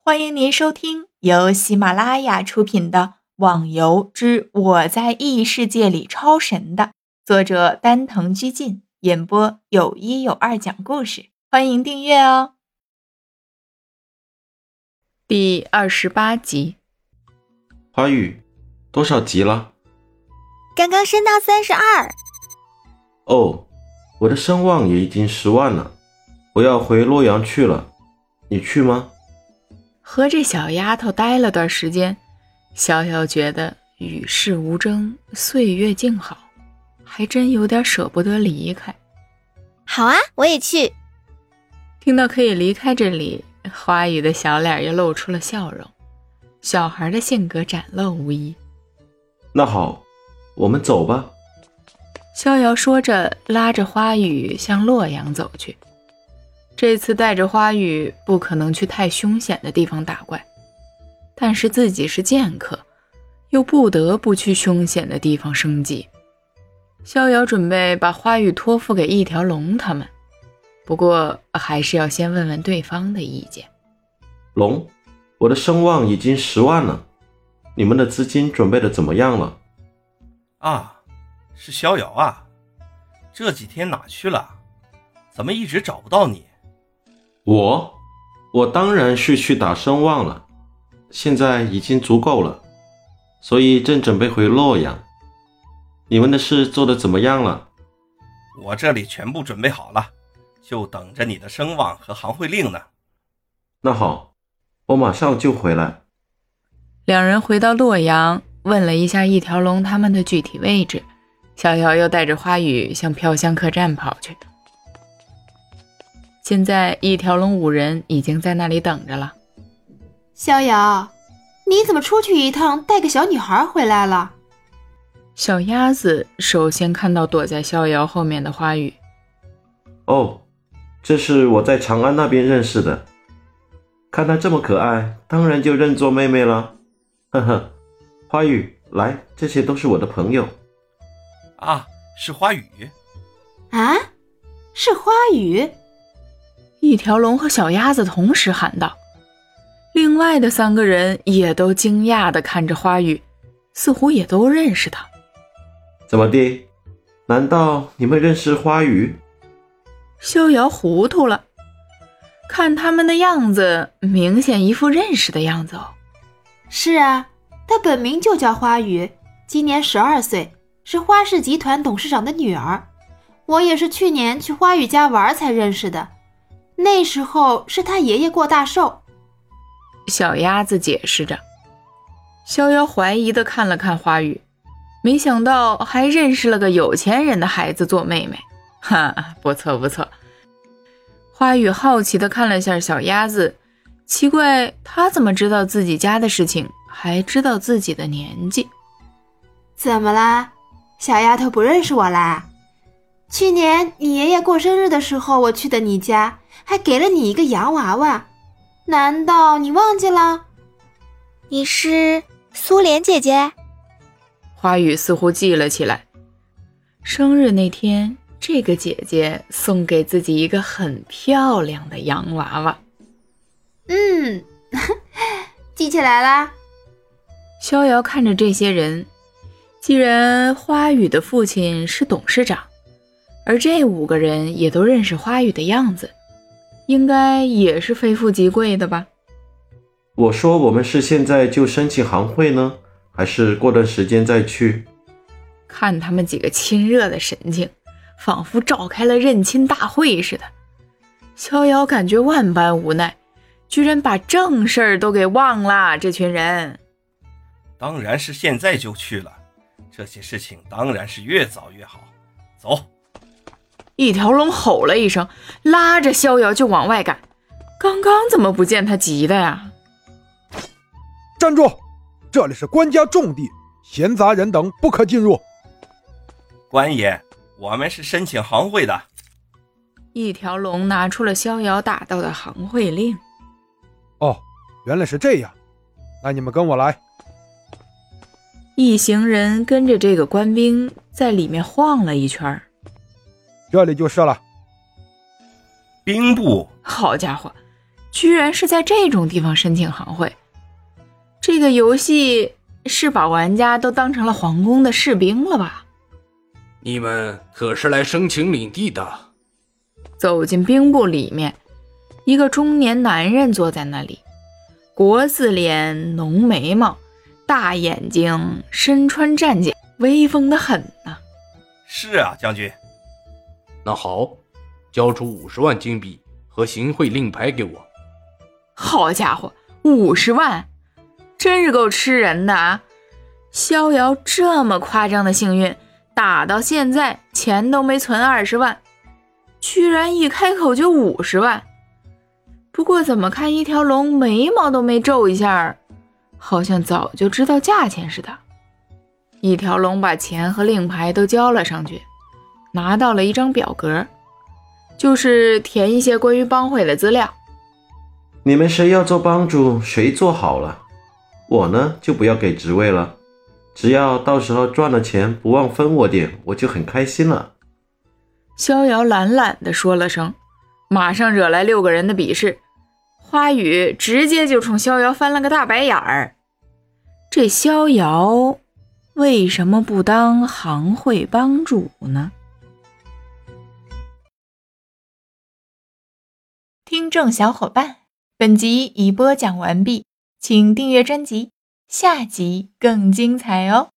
欢迎您收听由喜马拉雅出品的《网游之我在异世界里超神》的作者丹藤居进，演播有一有二讲故事。欢迎订阅哦。第28集。 花语多少级了？ 刚刚升到32。 哦，我的声望也已经10万了，我要回洛阳去了，你去吗？ 和这小丫头待了段时间，逍遥觉得与世无争，岁月静好，还真有点舍不得离开。 好啊，我也去。 听到可以离开这里，花语的小脸又露出了笑容，小孩的性格展露无遗。 那好，我们走吧。 逍遥说着，拉着花语向洛阳走去。这次带着花语不可能去太凶险的地方打怪，但是自己是剑客，又不得不去凶险的地方升级。逍遥准备把花语托付给一条龙他们，不过还是要先问问对方的意见。 龙，我的声望已经10万了，你们的资金准备的怎么样了？ 啊，是逍遥啊，这几天哪去了？怎么一直找不到你？ 我当然是去打声望了，现在已经足够了，所以正准备回洛阳。你们的事做得怎么样了？ 我这里全部准备好了，就等着你的声望和行会令呢。 那好，我马上就回来。 两人回到洛阳，问了一下一条龙他们的具体位置，逍遥又带着花语向飘香客栈跑去。现在一条龙5人已经在那里等着了。 逍遥，你怎么出去一趟带个小女孩回来了？ 小鸭子首先看到躲在逍遥后面的花语。 哦，这是我在长安那边认识的，看她这么可爱，当然就认作妹妹了。呵呵，花语，来，这些都是我的朋友。 啊，是花语。 啊，是花语。 一条龙和小鸭子同时喊道，另外的3个人也都惊讶地看着花语，似乎也都认识他。 怎么的？难道你们认识花语？ 逍遥糊涂了，看他们的样子，明显一副认识的样子哦。 是啊，她本名就叫花语，今年12岁，是花氏集团董事长的女儿。我也是去年去花语家玩才认识的，那时候是他爷爷过大寿。 小鸭子解释着。逍遥怀疑地看了看花语，没想到还认识了个有钱人的孩子做妹妹，哈，不错不错。花语好奇地看了下小鸭子，奇怪他怎么知道自己家的事情，还知道自己的年纪。 怎么啦？小丫头不认识我啦？去年你爷爷过生日的时候，我去的你家，还给了你一个洋娃娃，难道你忘记了？ 你是苏莲姐姐？ 花语似乎记了起来，生日那天，这个姐姐送给自己一个很漂亮的洋娃娃。 记起来啦。 逍遥看着这些人，既然花语的父亲是董事长，而这5个人也都认识花语的样子，应该也是非富即贵的吧。 我说我们是现在就申请行会呢，还是过段时间再去？ 看他们几个亲热的神情，仿佛召开了认亲大会似的。逍遥感觉万般无奈，居然把正事儿都给忘了，这群人。 当然是现在就去了，这些事情当然是越早越好。走。 一条龙吼了一声，拉着逍遥就往外赶。刚刚怎么不见他急的呀？ 站住！这里是官家重地，闲杂人等不可进入。 官爷，我们是申请行会的。 一条龙拿出了逍遥打到的行会令。 哦，原来是这样，那你们跟我来。 一行人跟着这个官兵在里面晃了一圈。 这里就是了。 兵部， 好家伙， 居然是在这种地方申请行会。这个游戏是把玩家都当成了皇宫的士兵了吧？ 你们可是来申请领地的？ 走进兵部里面，一个中年男人坐在那里，国字脸，浓眉毛，大眼睛，身穿战甲，威风得很呐。 是啊，将军。 那好，交出50万金币和行贿令牌给我。 好家伙，50万，真是够吃人的啊！逍遥这么夸张的幸运，打到现在钱都没存20万，居然一开口就50万。不过怎么看一条龙眉毛都没皱一下，好像早就知道价钱似的。一条龙把钱和令牌都交了上去，拿到了一张表格，就是填一些关于帮会的资料。 你们谁要做帮主，谁做好了。我呢，就不要给职位了，只要到时候赚了钱不忘分我点，我就很开心了。 逍遥懒懒地说了声，马上惹来6个人的鄙视。花语直接就冲逍遥翻了个大白眼儿。这逍遥为什么不当行会帮主呢？ 听众小伙伴，本集已播讲完毕，请订阅专辑，下集更精彩哦。